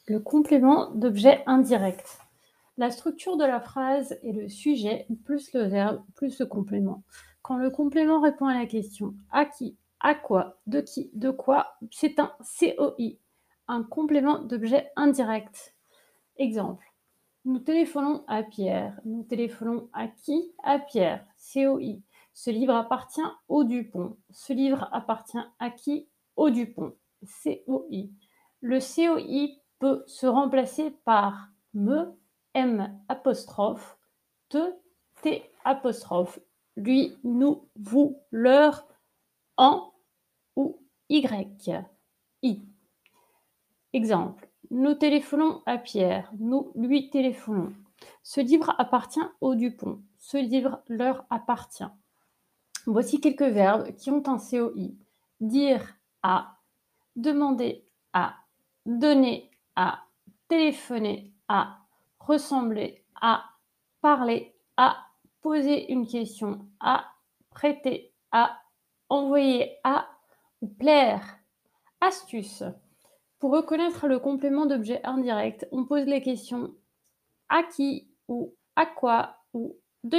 Le complément d'objet indirect. La structure de la phrase est le sujet plus le verbe plus le complément. Quand le complément répond à la question à qui, à quoi, de quoi, c'est un COI, un complément d'objet indirect. Exemple. Nous téléphonons à Pierre. Nous téléphonons à qui? À Pierre. COI. Ce livre appartient au Dupont. Ce livre appartient à qui? Au Dupont. COI. Le COI peut se remplacer par me, M apostrophe, te, T apostrophe, lui, nous, vous, leur, en ou Y. I. Exemple. Nous téléphonons à Pierre. Nous lui téléphonons. Ce livre appartient au Dupont. Ce livre leur appartient. Voici quelques verbes qui ont un COI. Dire à, demander à, donner à, téléphoner à, ressembler à, parler à, poser une question à, prêter à, envoyer à ou plaire. Astuce. Pour reconnaître le complément d'objet indirect, on pose les questions à qui ou à quoi ou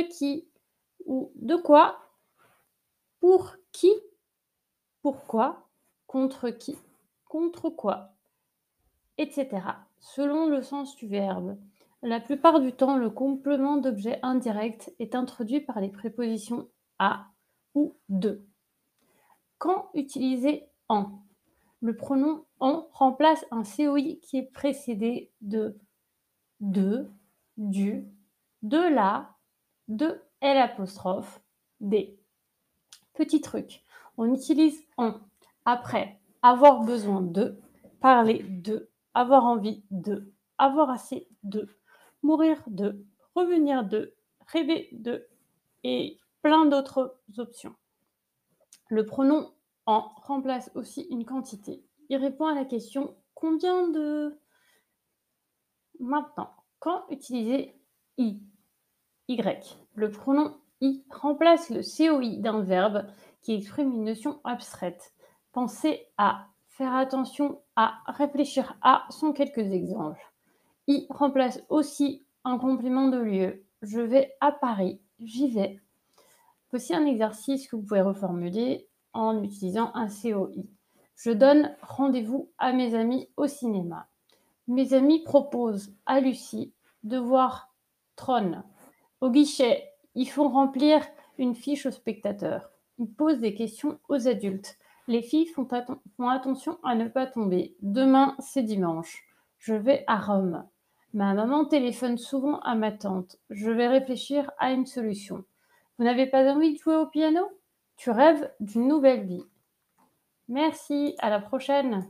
de quoi, pour qui, pourquoi, contre quoi, etc. Selon le sens du verbe. La plupart du temps, le complément d'objet indirect est introduit par les prépositions à ou de. Quand utiliser en? Le pronom en remplace un COI qui est précédé de, du, de la, de L apostrophe, des. Petit truc, on utilise en après avoir besoin de, parler de, avoir envie de, avoir assez de, mourir de, revenir de, rêver de et plein d'autres options. Le pronom en remplace aussi une quantité. Il répond à la question combien de. Maintenant, quand utiliser i, y, le pronom i remplace le COI d'un verbe qui exprime une notion abstraite. Penser à, faire attention à, réfléchir à sont quelques exemples. I remplace aussi un complément de lieu. Je vais à Paris, j'y vais. Voici un exercice que vous pouvez reformuler en utilisant un COI. Je donne rendez-vous à mes amis au cinéma. Mes amis proposent à Lucie de voir Tron. Au guichet, ils font remplir une fiche aux spectateurs. Ils posent des questions aux adultes. Les filles font attention à ne pas tomber. Demain, c'est dimanche. Je vais à Rome. Ma maman téléphone souvent à ma tante. Je vais réfléchir à une solution. Vous n'avez pas envie de jouer au piano? Tu rêves d'une nouvelle vie. Merci, à la prochaine.